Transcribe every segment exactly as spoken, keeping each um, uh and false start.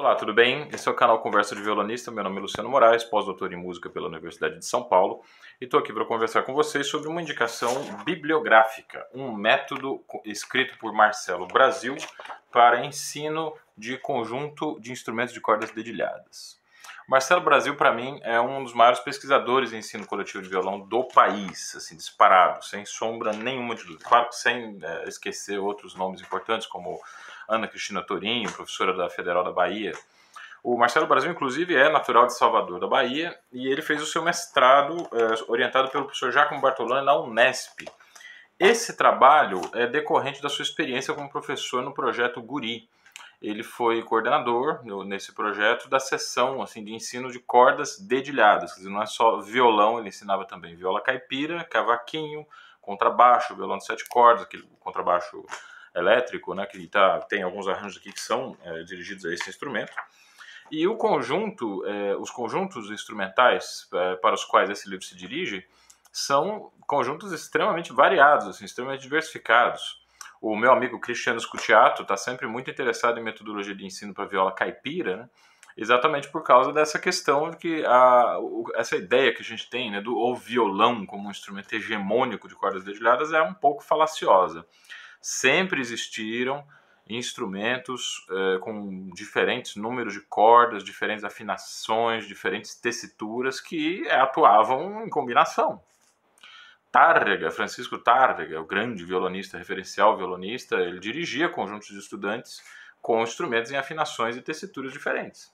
Olá, tudo bem? Esse é o canal Conversa de Violonista. Meu nome é Luciano Moraes, pós-doutor em música pela Universidade de São Paulo, e estou aqui para conversar com vocês sobre uma indicação bibliográfica, um método escrito por Marcelo Brasil para ensino de conjunto de instrumentos de cordas dedilhadas. Marcelo Brasil, para mim, é um dos maiores pesquisadores em ensino coletivo de violão do país, assim, disparado, sem sombra nenhuma de dúvida. Claro que sem é, esquecer outros nomes importantes, como Ana Cristina Torinho, professora da Federal da Bahia. O Marcelo Brasil, inclusive, é natural de Salvador, da Bahia, e ele fez o seu mestrado é, orientado pelo professor Giacomo Bartolone na Unesp. Esse trabalho é decorrente da sua experiência como professor no projeto Guri. Ele foi coordenador no, nesse projeto da seção assim, de ensino de cordas dedilhadas. Quer dizer, não é só violão, ele ensinava também viola caipira, cavaquinho, contrabaixo, violão de sete cordas, aquele contrabaixo elétrico, né, que tá, tem alguns arranjos aqui que são é, dirigidos a esse instrumento. E o conjunto, é, os conjuntos instrumentais é, para os quais esse livro se dirige são conjuntos extremamente variados, assim, extremamente diversificados. O meu amigo Cristiano Scutiato está sempre muito interessado em metodologia de ensino para viola caipira, né? Exatamente por causa dessa questão de que a, essa ideia que a gente tem, né, do o violão como um instrumento hegemônico de cordas dedilhadas é um pouco falaciosa. Sempre existiram instrumentos eh, com diferentes números de cordas, diferentes afinações, diferentes tessituras que atuavam em combinação. Tárrega, Francisco Tárrega, o grande violonista, referencial violonista, ele dirigia conjuntos de estudantes com instrumentos em afinações e tessituras diferentes.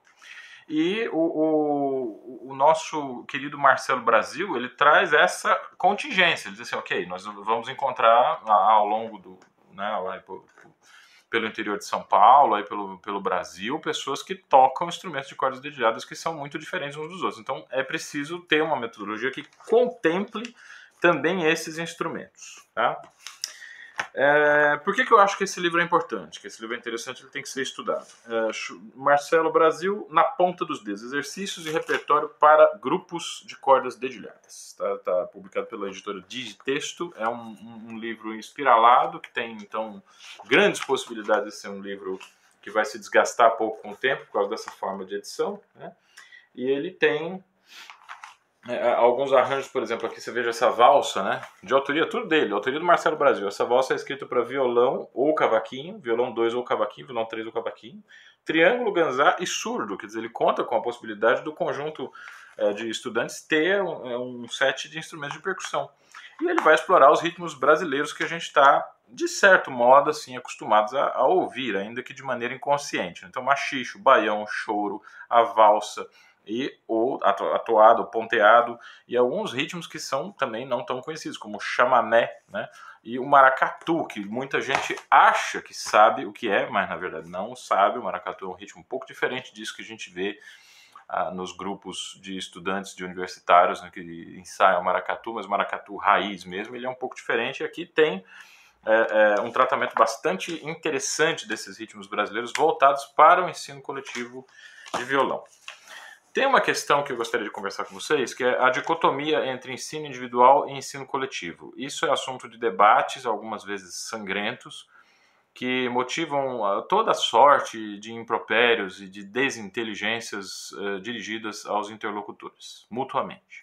E o, o, o nosso querido Marcelo Brasil, ele traz essa contingência, ele diz assim, ok, nós vamos encontrar ao longo do, né, pelo interior de São Paulo, aí pelo, pelo Brasil, pessoas que tocam instrumentos de cordas dedilhadas que são muito diferentes uns dos outros. Então é preciso ter uma metodologia que contemple também esses instrumentos, tá? É, por que, que eu acho que esse livro é importante? Que esse livro é interessante, ele tem que ser estudado. É, Marcelo Brasil, Na Ponta dos Dedos, Exercícios e Repertório para Grupos de Cordas Dedilhadas. Está tá publicado pela editora Digitexto, é um, um, um livro espiralado, que tem, então, grandes possibilidades de ser um livro que vai se desgastar pouco com o tempo, por causa dessa forma de edição, né? E ele tem É, alguns arranjos, por exemplo, aqui você veja essa valsa, né? De autoria, tudo dele, autoria do Marcelo Brasil. Essa valsa é escrita para violão ou cavaquinho, violão dois ou cavaquinho, violão três ou cavaquinho, triângulo, ganzá e surdo, quer dizer, ele conta com a possibilidade do conjunto é, de estudantes ter um, um set de instrumentos de percussão. E ele vai explorar os ritmos brasileiros que a gente está, de certo modo, assim, acostumados a, a ouvir, ainda que de maneira inconsciente. Então, machicho, baião, choro, a valsa, e o atuado, o ponteado, e alguns ritmos que são também não tão conhecidos, como o chamamé, né? E o maracatu, que muita gente acha que sabe o que é, mas na verdade não sabe. O maracatu é um ritmo um pouco diferente disso que a gente vê ah, nos grupos de estudantes, de universitários, né, que ensaiam o maracatu, mas o maracatu raiz mesmo, ele é um pouco diferente. E aqui tem é, é, um tratamento bastante interessante desses ritmos brasileiros voltados para o ensino coletivo de violão. Tem uma questão que eu gostaria de conversar com vocês, que é a dicotomia entre ensino individual e ensino coletivo. Isso é assunto de debates, algumas vezes sangrentos, que motivam toda sorte de impropérios e de desinteligências uh, dirigidas aos interlocutores, mutuamente.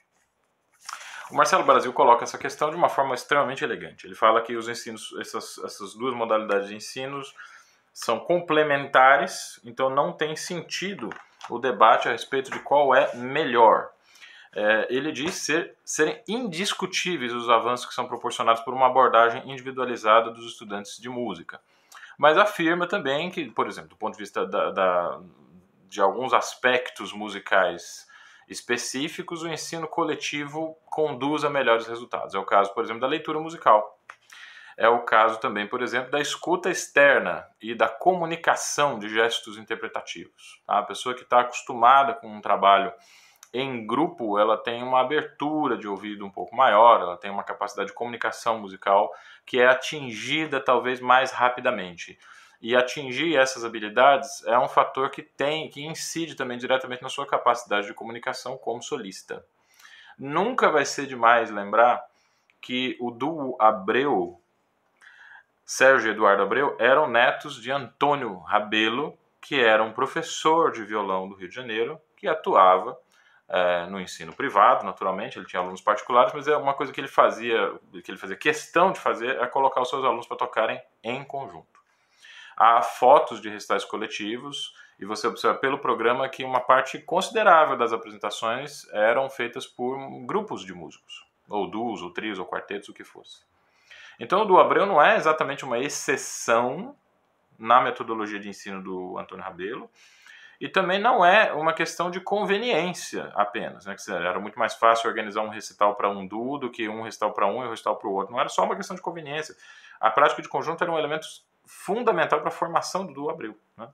O Marcelo Brasil coloca essa questão de uma forma extremamente elegante. Ele fala que os ensinos, essas, essas duas modalidades de ensinos são complementares, então não tem sentido o debate a respeito de qual é melhor. É, ele diz ser, serem indiscutíveis os avanços que são proporcionados por uma abordagem individualizada dos estudantes de música. Mas afirma também que, por exemplo, do ponto de vista da, da, de alguns aspectos musicais específicos, o ensino coletivo conduz a melhores resultados. É o caso, por exemplo, da leitura musical. É o caso também, por exemplo, da escuta externa e da comunicação de gestos interpretativos. A pessoa que está acostumada com um trabalho em grupo, ela tem uma abertura de ouvido um pouco maior, ela tem uma capacidade de comunicação musical que é atingida talvez mais rapidamente. E atingir essas habilidades é um fator que tem, que incide também diretamente na sua capacidade de comunicação como solista. Nunca vai ser demais lembrar que o duo Abreu, Sérgio e Eduardo Abreu, eram netos de Antônio Rabelo, que era um professor de violão do Rio de Janeiro, que atuava é, no ensino privado, naturalmente, ele tinha alunos particulares, mas é uma coisa que ele fazia, que ele fazia questão de fazer, é colocar os seus alunos para tocarem em conjunto. Há fotos de recitais coletivos, e você observa pelo programa que uma parte considerável das apresentações eram feitas por grupos de músicos, ou duos, ou trios, ou quartetos, o que fosse. Então o do Abreu não é exatamente uma exceção na metodologia de ensino do Antônio Rabelo, e também não é uma questão de conveniência apenas, né? Que era muito mais fácil organizar um recital para um duo do que um recital para um e um recital para o outro. Não era só uma questão de conveniência. A prática de conjunto era um elemento fundamental para a formação do duo Abreu, né?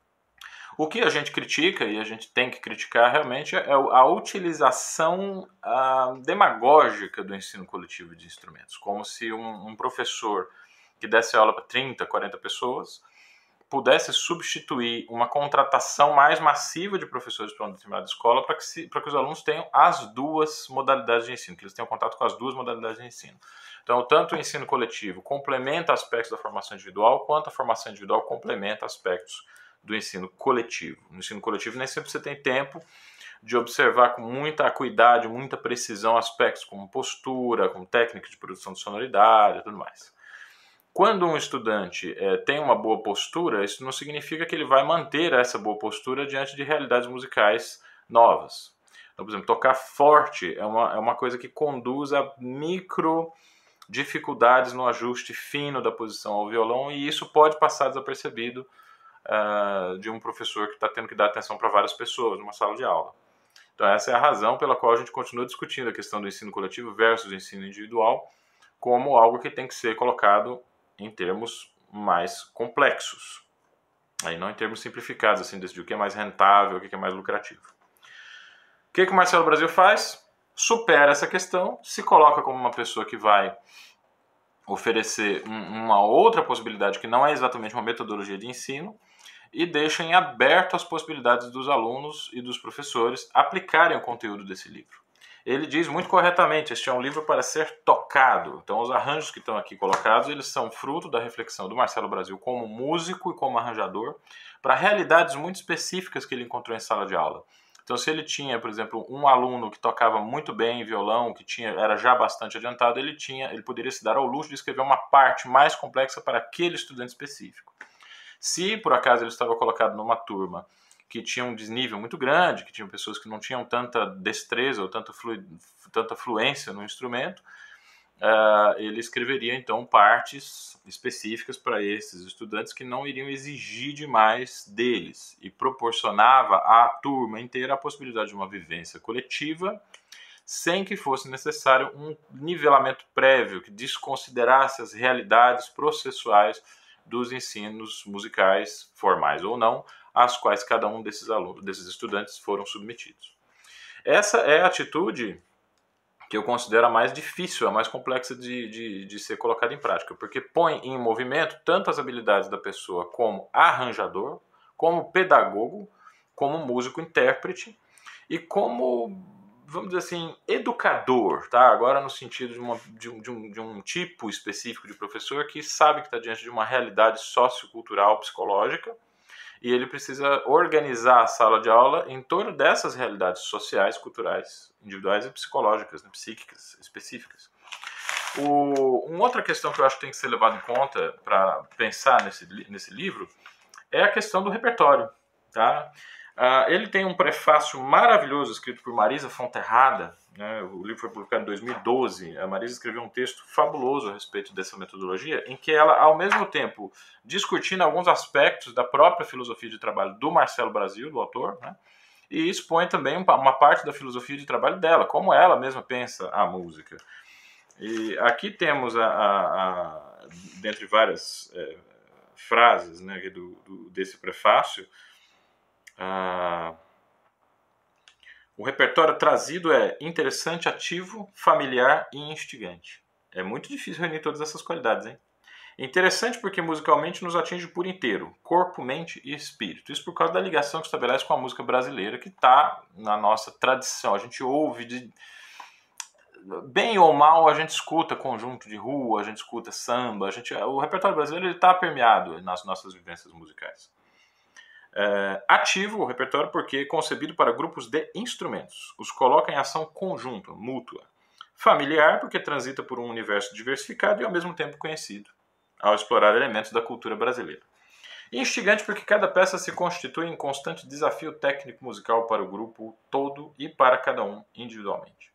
O que a gente critica, e a gente tem que criticar realmente, é a utilização a, demagógica do ensino coletivo de instrumentos. Como se um, um professor que desse aula para trinta, quarenta pessoas pudesse substituir uma contratação mais massiva de professores para uma determinada escola para que, se, para que os alunos tenham as duas modalidades de ensino, que eles tenham contato com as duas modalidades de ensino. Então, tanto o ensino coletivo complementa aspectos da formação individual, quanto a formação individual complementa aspectos do ensino coletivo. No ensino coletivo nem sempre você tem tempo de observar com muita acuidade, muita precisão aspectos como postura, como técnica de produção de sonoridade e tudo mais. Quando um estudante é, tem uma boa postura, isso não significa que ele vai manter essa boa postura diante de realidades musicais novas. Então, por exemplo, tocar forte é uma, é uma coisa que conduz a micro dificuldades no ajuste fino da posição ao violão, e isso pode passar desapercebido uh, de um professor que está tendo que dar atenção para várias pessoas numa sala de aula. Então essa é a razão pela qual a gente continua discutindo a questão do ensino coletivo versus o ensino individual como algo que tem que ser colocado em termos mais complexos. Aí não em termos simplificados, assim, decidir o que é mais rentável, o que é mais lucrativo. O que, que o Marcelo Brasil faz? Supera essa questão, se coloca como uma pessoa que vai oferecer um, uma outra possibilidade que não é exatamente uma metodologia de ensino e deixa em aberto as possibilidades dos alunos e dos professores aplicarem o conteúdo desse livro. Ele diz muito corretamente, este é um livro para ser tocado. Então os arranjos que estão aqui colocados, eles são fruto da reflexão do Marcelo Brasil como músico e como arranjador para realidades muito específicas que ele encontrou em sala de aula. Então se ele tinha, por exemplo, um aluno que tocava muito bem violão, que tinha, era já bastante adiantado, ele, tinha, ele poderia se dar ao luxo de escrever uma parte mais complexa para aquele estudante específico. Se por acaso ele estava colocado numa turma que tinha um desnível muito grande, que tinham pessoas que não tinham tanta destreza ou tanta, flu, tanta fluência no instrumento, uh, ele escreveria então partes específicas para esses estudantes que não iriam exigir demais deles e proporcionava à turma inteira a possibilidade de uma vivência coletiva sem que fosse necessário um nivelamento prévio que desconsiderasse as realidades processuais dos ensinos musicais, formais ou não, às quais cada um desses alunos, desses estudantes foram submetidos. Essa é a atitude que eu considero a mais difícil, a mais complexa de, de, de ser colocada em prática, porque põe em movimento tanto as habilidades da pessoa como arranjador, como pedagogo, como músico-intérprete e como, vamos dizer assim, educador, tá? Agora no sentido de, uma, de, um, de, um, de um tipo específico de professor que sabe que está diante de uma realidade sociocultural, psicológica, e ele precisa organizar a sala de aula em torno dessas realidades sociais, culturais, individuais e psicológicas, né, psíquicas, específicas. O, uma outra questão que eu acho que tem que ser levada em conta para pensar nesse, nesse livro é a questão do repertório. Tá? Uh, ele tem um prefácio maravilhoso escrito por Marisa Fonterrada, né? O livro foi publicado em dois mil e doze. A Marisa escreveu um texto fabuloso a respeito dessa metodologia, em que ela, ao mesmo tempo, discutindo alguns aspectos da própria filosofia de trabalho do Marcelo Brasil, do autor, né? E expõe também uma parte da filosofia de trabalho dela, como ela mesma pensa a música. E aqui temos, a, a, a, dentre várias é, frases, né, do, do, desse prefácio, Ah, o repertório trazido é interessante, ativo, familiar e instigante. É muito difícil reunir todas essas qualidades, hein? Interessante porque musicalmente nos atinge por inteiro, corpo, mente e espírito. Isso por causa da ligação que estabelece com a música brasileira, que está na nossa tradição. A gente ouve, de... bem ou mal, a gente escuta conjunto de rua, a gente escuta samba. A gente... O repertório brasileiro está permeado nas nossas vivências musicais. É, ativo o repertório porque é concebido para grupos de instrumentos. Os coloca em ação conjunta, mútua. Familiar porque transita por um universo diversificado e ao mesmo tempo conhecido, ao explorar elementos da cultura brasileira. E instigante porque cada peça se constitui em constante desafio técnico musical para o grupo todo e para cada um individualmente.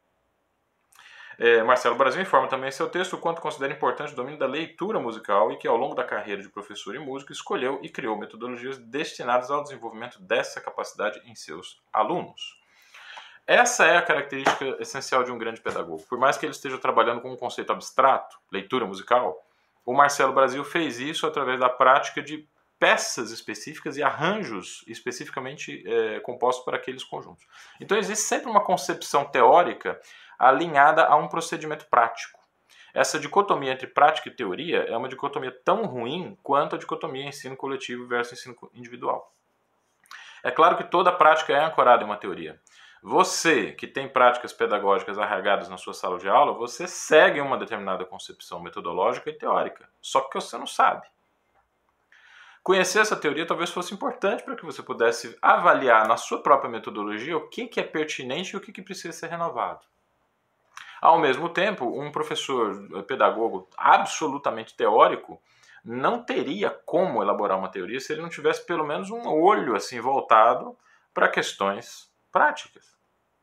É, Marcelo Brasil informa também em seu texto o quanto considera importante o domínio da leitura musical e que ao longo da carreira de professor e músico escolheu e criou metodologias destinadas ao desenvolvimento dessa capacidade em seus alunos. Essa é a característica essencial de um grande pedagogo. Por mais que ele esteja trabalhando com um conceito abstrato, leitura musical, o Marcelo Brasil fez isso através da prática de peças específicas e arranjos especificamente é, compostos para aqueles conjuntos. Então existe sempre uma concepção teórica alinhada a um procedimento prático. Essa dicotomia entre prática e teoria é uma dicotomia tão ruim quanto a dicotomia ensino coletivo versus ensino individual. É claro que toda prática é ancorada em uma teoria. Você, que tem práticas pedagógicas arraigadas na sua sala de aula, você segue uma determinada concepção metodológica e teórica, só que você não sabe. Conhecer essa teoria talvez fosse importante para que você pudesse avaliar na sua própria metodologia o que, que é pertinente e o que, que precisa ser renovado. Ao mesmo tempo, um professor pedagogo absolutamente teórico não teria como elaborar uma teoria se ele não tivesse pelo menos um olho assim voltado para questões práticas.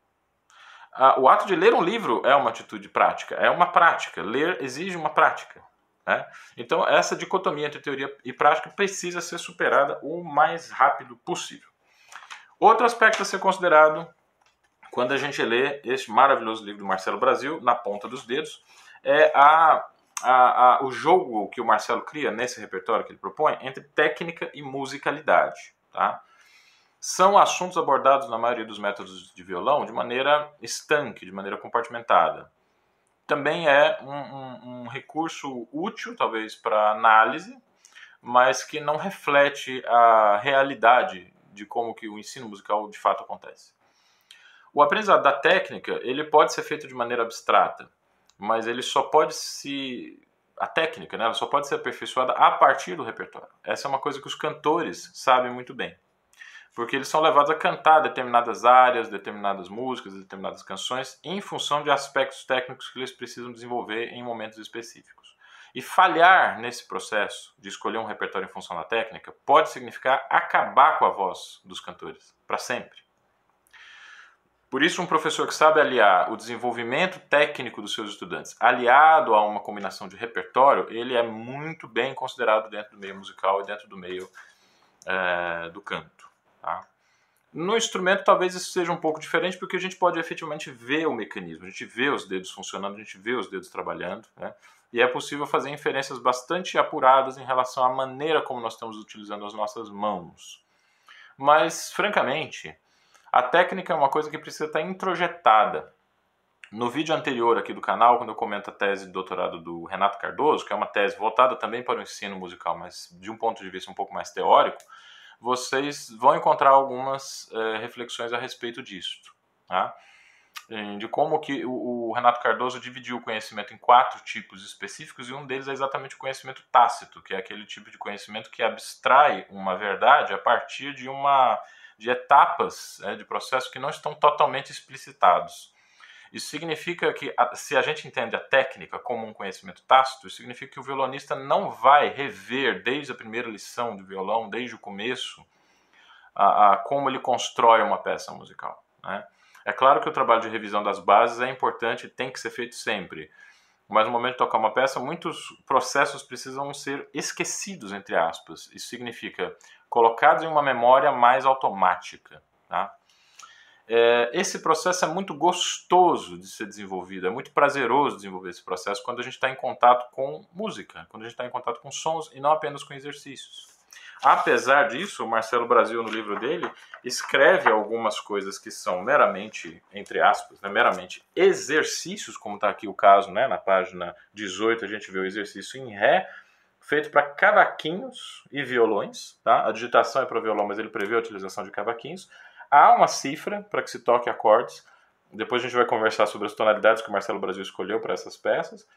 O ato de ler um livro é uma atitude prática, é uma prática. Ler exige uma prática. Né? Então, essa dicotomia entre teoria e prática precisa ser superada o mais rápido possível. Outro aspecto a ser considerado quando a gente lê este maravilhoso livro do Marcelo Brasil, Na Ponta dos Dedos, é a, a, a, o jogo que o Marcelo cria nesse repertório que ele propõe entre técnica e musicalidade. Tá? São assuntos abordados na maioria dos métodos de violão de maneira estanque, de maneira compartimentada. Também é um, um, um recurso útil, talvez, para análise, mas que não reflete a realidade de como que o ensino musical de fato acontece. O aprendizado da técnica, ele pode ser feito de maneira abstrata, mas ele só pode se... A técnica, né, ela só pode ser aperfeiçoada a partir do repertório. Essa é uma coisa que os cantores sabem muito bem. Porque eles são levados a cantar determinadas áreas, determinadas músicas, determinadas canções, em função de aspectos técnicos que eles precisam desenvolver em momentos específicos. E falhar nesse processo de escolher um repertório em função da técnica pode significar acabar com a voz dos cantores, para sempre. Por isso, um professor que sabe aliar o desenvolvimento técnico dos seus estudantes, aliado a uma combinação de repertório, ele é muito bem considerado dentro do meio musical e dentro do meio é, do canto. Tá? No instrumento, talvez isso seja um pouco diferente, porque a gente pode efetivamente ver o mecanismo, a gente vê os dedos funcionando, a gente vê os dedos trabalhando, né? E é possível fazer inferências bastante apuradas em relação à maneira como nós estamos utilizando as nossas mãos. Mas, francamente, a técnica é uma coisa que precisa estar introjetada. No vídeo anterior aqui do canal, quando eu comento a tese de doutorado do Renato Cardoso, que é uma tese voltada também para o ensino musical, mas de um ponto de vista um pouco mais teórico, vocês vão encontrar algumas é, reflexões a respeito disso. Tá? De como que o, o Renato Cardoso dividiu o conhecimento em quatro tipos específicos, e um deles é exatamente o conhecimento tácito, que é aquele tipo de conhecimento que abstrai uma verdade a partir de uma... de etapas é, de processo que não estão totalmente explicitados. Isso significa que, se a gente entende a técnica como um conhecimento tácito, isso significa que o violonista não vai rever desde a primeira lição de violão, desde o começo, a, a como ele constrói uma peça musical. Né? É claro que o trabalho de revisão das bases é importante e tem que ser feito sempre. Mas no momento de tocar uma peça, muitos processos precisam ser esquecidos, entre aspas. Isso significa colocados em uma memória mais automática. Tá? É, esse processo é muito gostoso de ser desenvolvido, é muito prazeroso desenvolver esse processo quando a gente está em contato com música, quando a gente está em contato com sons e não apenas com exercícios. Apesar disso, o Marcelo Brasil, no livro dele, escreve algumas coisas que são meramente, entre aspas, né, meramente exercícios, como está aqui o caso, né, na página dezoito, a gente vê o exercício em Ré, feito para cavaquinhos e violões. Tá? A digitação é para violão, mas ele prevê a utilização de cavaquinhos. Há uma cifra para que se toque acordes. Depois a gente vai conversar sobre as tonalidades que o Marcelo Brasil escolheu para essas peças.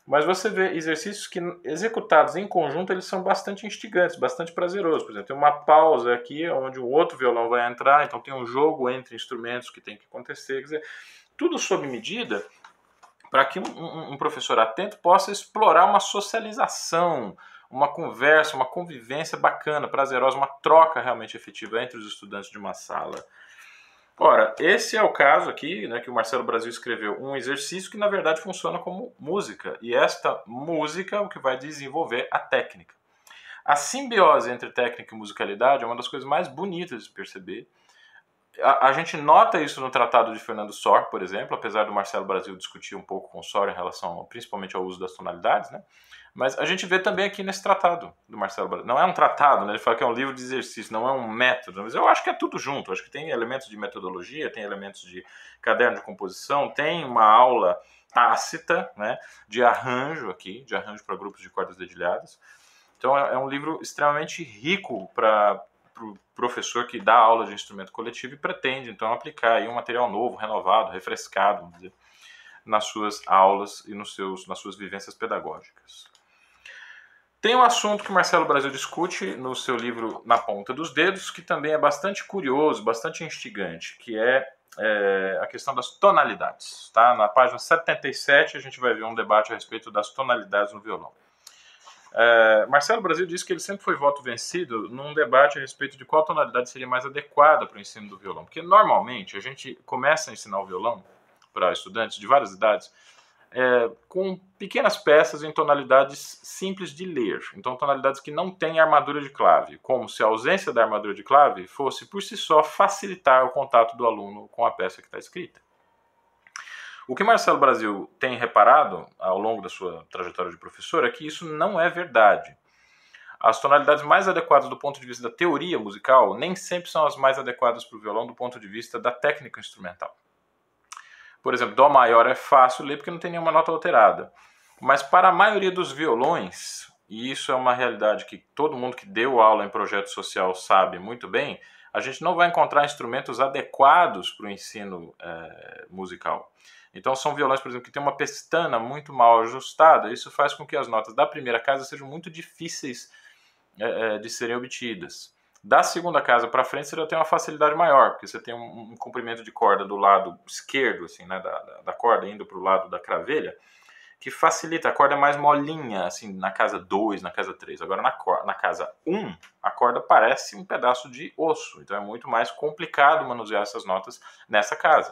Mas você vê exercícios que, executados em conjunto, eles são bastante instigantes, bastante prazerosos. Por exemplo, tem uma pausa aqui, onde o outro violão vai entrar, então tem um jogo entre instrumentos que tem que acontecer. Quer dizer, tudo sob medida, para que um, um, um professor atento possa explorar uma socialização, uma conversa, uma convivência bacana, prazerosa, uma troca realmente efetiva entre os estudantes de uma sala. Ora, esse é o caso aqui, né, que o Marcelo Brasil escreveu, um exercício que na verdade funciona como música, e esta música é o que vai desenvolver a técnica. A simbiose entre técnica e musicalidade é uma das coisas mais bonitas de perceber. A, a gente nota isso no tratado de Fernando Sor, por exemplo, apesar do Marcelo Brasil discutir um pouco com Sor em relação principalmente ao uso das tonalidades, né? Mas a gente vê também aqui nesse tratado do Marcelo Brasil. Não é um tratado, né? Ele fala que é um livro de exercício, não é um método. Mas eu acho que é tudo junto. Eu acho que tem elementos de metodologia, tem elementos de caderno de composição, tem uma aula tácita, né, de arranjo aqui, de arranjo para grupos de cordas dedilhadas. Então é um livro extremamente rico para o pro professor que dá aula de instrumento coletivo e pretende, então, aplicar aí um material novo, renovado, refrescado, vamos dizer, nas suas aulas e nos seus, nas suas vivências pedagógicas. Tem um assunto que o Marcelo Brasil discute no seu livro Na Ponta dos Dedos, que também é bastante curioso, bastante instigante, que é, é a questão das tonalidades. Tá? Na página setenta e sete a gente vai ver um debate a respeito das tonalidades no violão. É, Marcelo Brasil disse que ele sempre foi voto vencido num debate a respeito de qual tonalidade seria mais adequada para o ensino do violão. Porque normalmente a gente começa a ensinar o violão para estudantes de várias idades É, com pequenas peças em tonalidades simples de ler. Então, tonalidades que não têm armadura de clave, como se a ausência da armadura de clave fosse, por si só, facilitar o contato do aluno com a peça que está escrita. O que Marcelo Brasil tem reparado ao longo da sua trajetória de professor é que isso não é verdade. As tonalidades mais adequadas do ponto de vista da teoria musical nem sempre são as mais adequadas para o violão do ponto de vista da técnica instrumental. Por exemplo, Dó maior é fácil ler porque não tem nenhuma nota alterada. Mas para a maioria dos violões, e isso é uma realidade que todo mundo que deu aula em projeto social sabe muito bem, a gente não vai encontrar instrumentos adequados para o ensino é, musical. Então são violões, por exemplo, que tem uma pestana muito mal ajustada. Isso faz com que as notas da primeira casa sejam muito difíceis é, de serem obtidas. Da segunda casa para frente você já tem uma facilidade maior, porque você tem um, um comprimento de corda do lado esquerdo, assim, né, da, da, da corda indo para o lado da cravelha, que facilita. A corda é mais molinha, assim, na casa dois, na casa três. Agora na, na casa um, a corda parece um pedaço de osso, então é muito mais complicado manusear essas notas nessa casa.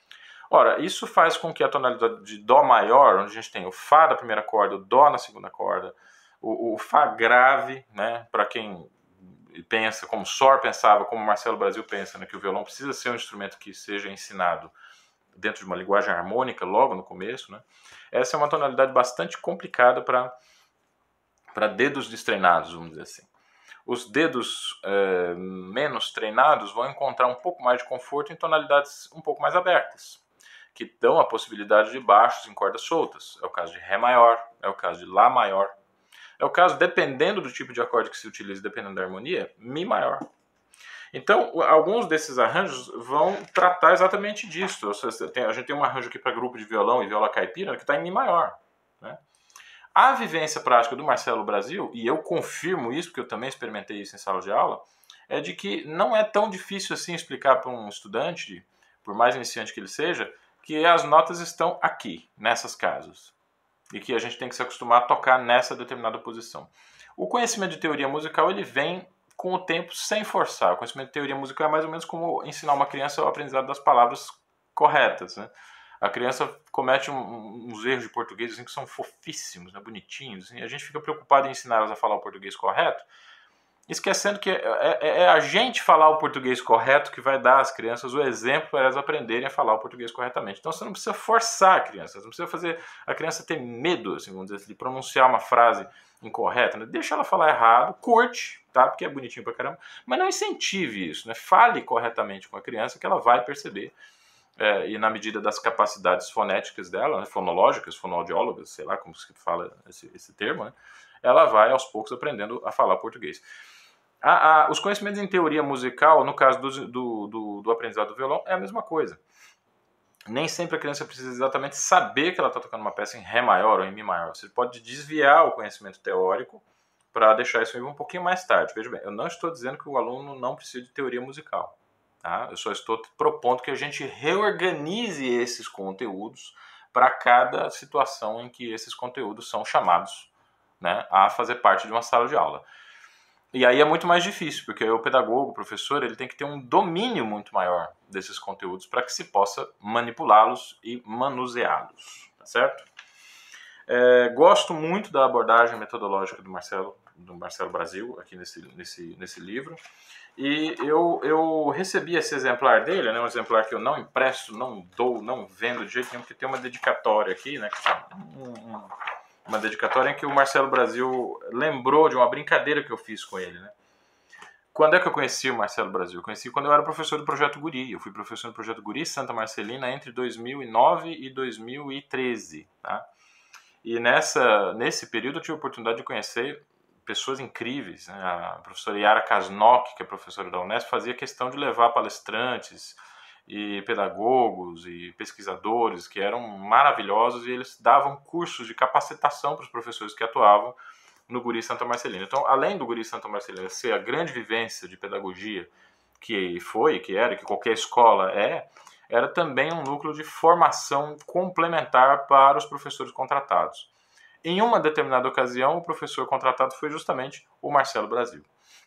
Ora, isso faz com que a tonalidade de Dó maior, onde a gente tem o Fá da primeira corda, o Dó na segunda corda, o, o Fá grave, né, para quem pensa, como Sor pensava, como Marcelo Brasil pensa, né, que o violão precisa ser um instrumento que seja ensinado dentro de uma linguagem harmônica logo no começo, né? Essa é uma tonalidade bastante complicada para para dedos destreinados, vamos dizer assim. Os dedos é, menos treinados vão encontrar um pouco mais de conforto em tonalidades um pouco mais abertas, que dão a possibilidade de baixos em cordas soltas. É o caso de Ré maior, é o caso de Lá maior. É o caso, dependendo do tipo de acorde que se utiliza, dependendo da harmonia, Mi maior. Então, alguns desses arranjos vão tratar exatamente disso. A gente tem um arranjo aqui para grupo de violão e viola caipira que está em Mi maior, né? A vivência prática do Marcelo Brasil, e eu confirmo isso, porque eu também experimentei isso em sala de aula, é de que não é tão difícil assim explicar para um estudante, por mais iniciante que ele seja, que as notas estão aqui, nessas casas. E que a gente tem que se acostumar a tocar nessa determinada posição. O conhecimento de teoria musical, ele vem com o tempo sem forçar. O conhecimento de teoria musical é mais ou menos como ensinar uma criança o aprendizado das palavras corretas, né? A criança comete um, uns erros de português assim, que são fofíssimos, né? Bonitinhos. Assim, e a gente fica preocupado em ensinar elas a falar o português correto, esquecendo que é, é, é a gente falar o português correto que vai dar às crianças o exemplo para elas aprenderem a falar o português corretamente. Então você não precisa forçar a criança, você não precisa fazer a criança ter medo, assim, vamos dizer, de pronunciar uma frase incorreta, né? Deixa ela falar errado, curte, tá? Porque é bonitinho pra caramba, mas não incentive isso, né? Fale corretamente com a criança que ela vai perceber, é, e na medida das capacidades fonéticas dela, né? Fonológicas, fonoaudiólogas, sei lá como se fala esse, esse termo, né? Ela vai aos poucos aprendendo a falar português. A, a, os conhecimentos em teoria musical, no caso do, do, do, do aprendizado do violão, é a mesma coisa. nem sempre a criança precisa exatamente saber que ela está tocando uma peça em Ré maior ou em Mi maior. Você pode desviar o conhecimento teórico para deixar isso um pouquinho mais tarde. Veja bem, eu não estou dizendo que o aluno não precisa de teoria musical. Tá? Eu só estou propondo que a gente reorganize esses conteúdos para cada situação em que esses conteúdos são chamados, né, a fazer parte de uma sala de aula. E aí é muito mais difícil, porque o pedagogo, o professor, ele tem que ter um domínio muito maior desses conteúdos para que se possa manipulá-los e manuseá-los, tá certo? É, gosto muito da abordagem metodológica do Marcelo, do Marcelo Brasil, aqui nesse, nesse, nesse livro. E eu, eu recebi esse exemplar dele, né, um exemplar que eu não empresto, não dou, não vendo de jeito nenhum, porque tem uma dedicatória aqui, né, um, um, uma dedicatória em que o Marcelo Brasil lembrou de uma brincadeira que eu fiz com ele, né. Quando é que eu conheci o Marcelo Brasil? Eu conheci quando eu era professor do Projeto Guri. Eu fui professor do Projeto Guri Santa Marcelina entre dois mil e nove e dois mil e treze, tá? E nessa, nesse período eu tive a oportunidade de conhecer pessoas incríveis, né? A professora Yara Kasnok, que é professora da Unesp, fazia questão de levar palestrantes e pedagogos e pesquisadores que eram maravilhosos, e eles davam cursos de capacitação para os professores que atuavam no Guri Santa Marcelina. Então, além do Guri Santa Marcelina ser a grande vivência de pedagogia que foi, que era, que qualquer escola é, era também um núcleo de formação complementar para os professores contratados. Em uma determinada ocasião, o professor contratado foi justamente o Marcelo Brasil.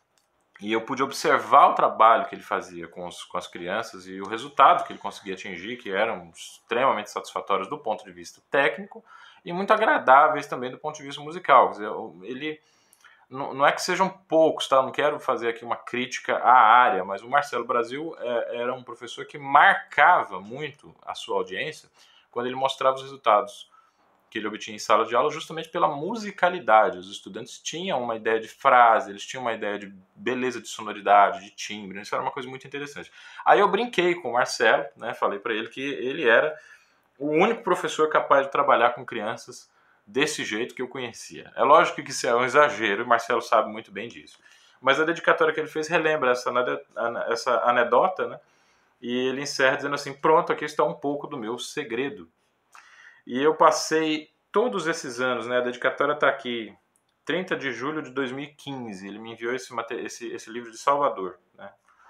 E eu pude observar o trabalho que ele fazia com, os, com as crianças e o resultado que ele conseguia atingir, que eram extremamente satisfatórios do ponto de vista técnico e muito agradáveis também do ponto de vista musical. Quer dizer, ele, não é que sejam poucos, tá? Não quero fazer aqui uma crítica à área, mas o Marcelo Brasil é, era um professor que marcava muito a sua audiência quando ele mostrava os resultados que ele obtinha em sala de aula, justamente pela musicalidade. Os estudantes tinham uma ideia de frase, eles tinham uma ideia de beleza de sonoridade, de timbre, isso era uma coisa muito interessante. Aí eu brinquei com o Marcelo, né, falei para ele que ele era o único professor capaz de trabalhar com crianças desse jeito que eu conhecia. É lógico que isso é um exagero, e o Marcelo sabe muito bem disso. Mas a dedicatória que ele fez relembra essa, essa anedota, né, e ele encerra dizendo assim: pronto, aqui está um pouco do meu segredo. E eu passei todos esses anos, né? A dedicatória está aqui, trinta de julho de dois mil e quinze. Ele me enviou esse, esse, esse livro de Salvador, né?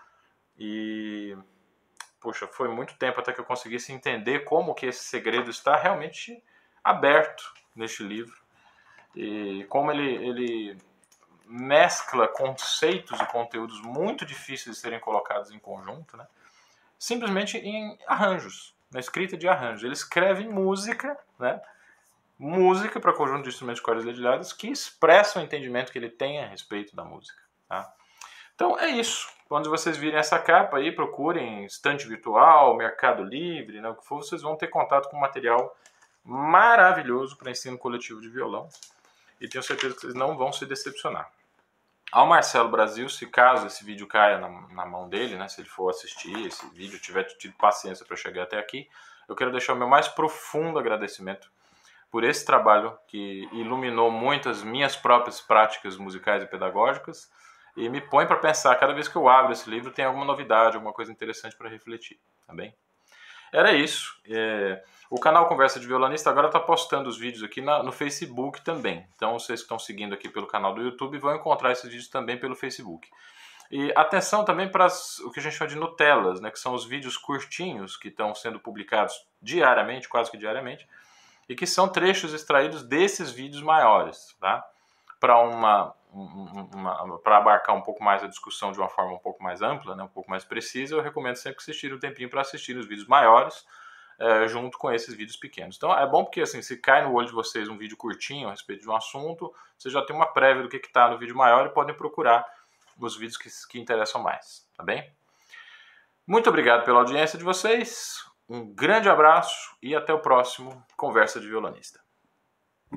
E, poxa, foi muito tempo até que eu conseguisse entender como que esse segredo está realmente aberto neste livro. E como ele, ele mescla conceitos e conteúdos muito difíceis de serem colocados em conjunto, né? Simplesmente em arranjos. Na escrita de arranjos. Ele escreve música, né? Música para conjunto de instrumentos de cordas dedilhadas que expressam o entendimento que ele tem a respeito da música. Tá? Então é isso. Quando vocês virem essa capa aí, procurem estante virtual, Mercado Livre, né? O que for, vocês vão ter contato com um material maravilhoso para ensino coletivo de violão. E tenho certeza que vocês não vão se decepcionar. Ao Marcelo Brasil, se caso esse vídeo caia na, na mão dele, né, se ele for assistir esse vídeo, tiver tido paciência para chegar até aqui, eu quero deixar o meu mais profundo agradecimento por esse trabalho que iluminou muito as minhas próprias práticas musicais e pedagógicas e me põe para pensar, cada vez que eu abro esse livro, tem alguma novidade, alguma coisa interessante para refletir, tá bem? Era isso. É... O canal Conversa de Violonista agora está postando os vídeos aqui na, no Facebook também. Então, vocês que estão seguindo aqui pelo canal do YouTube vão encontrar esses vídeos também pelo Facebook. E atenção também para as, o que a gente chama de Nutelas, né, que são os vídeos curtinhos que estão sendo publicados diariamente, quase que diariamente, e que são trechos extraídos desses vídeos maiores, tá? Para uma, uma, para abarcar um pouco mais a discussão de uma forma um pouco mais ampla, né, um pouco mais precisa, eu recomendo sempre que vocês tirem um tempinho para assistir os vídeos maiores, É, junto com esses vídeos pequenos. Então é bom porque assim, se cai no olho de vocês um vídeo curtinho a respeito de um assunto, vocês já tem uma prévia do que está no vídeo maior e podem procurar os vídeos que, que interessam mais, tá bem? Muito obrigado pela audiência de vocês, um grande abraço e até o próximo Conversa de Violonista.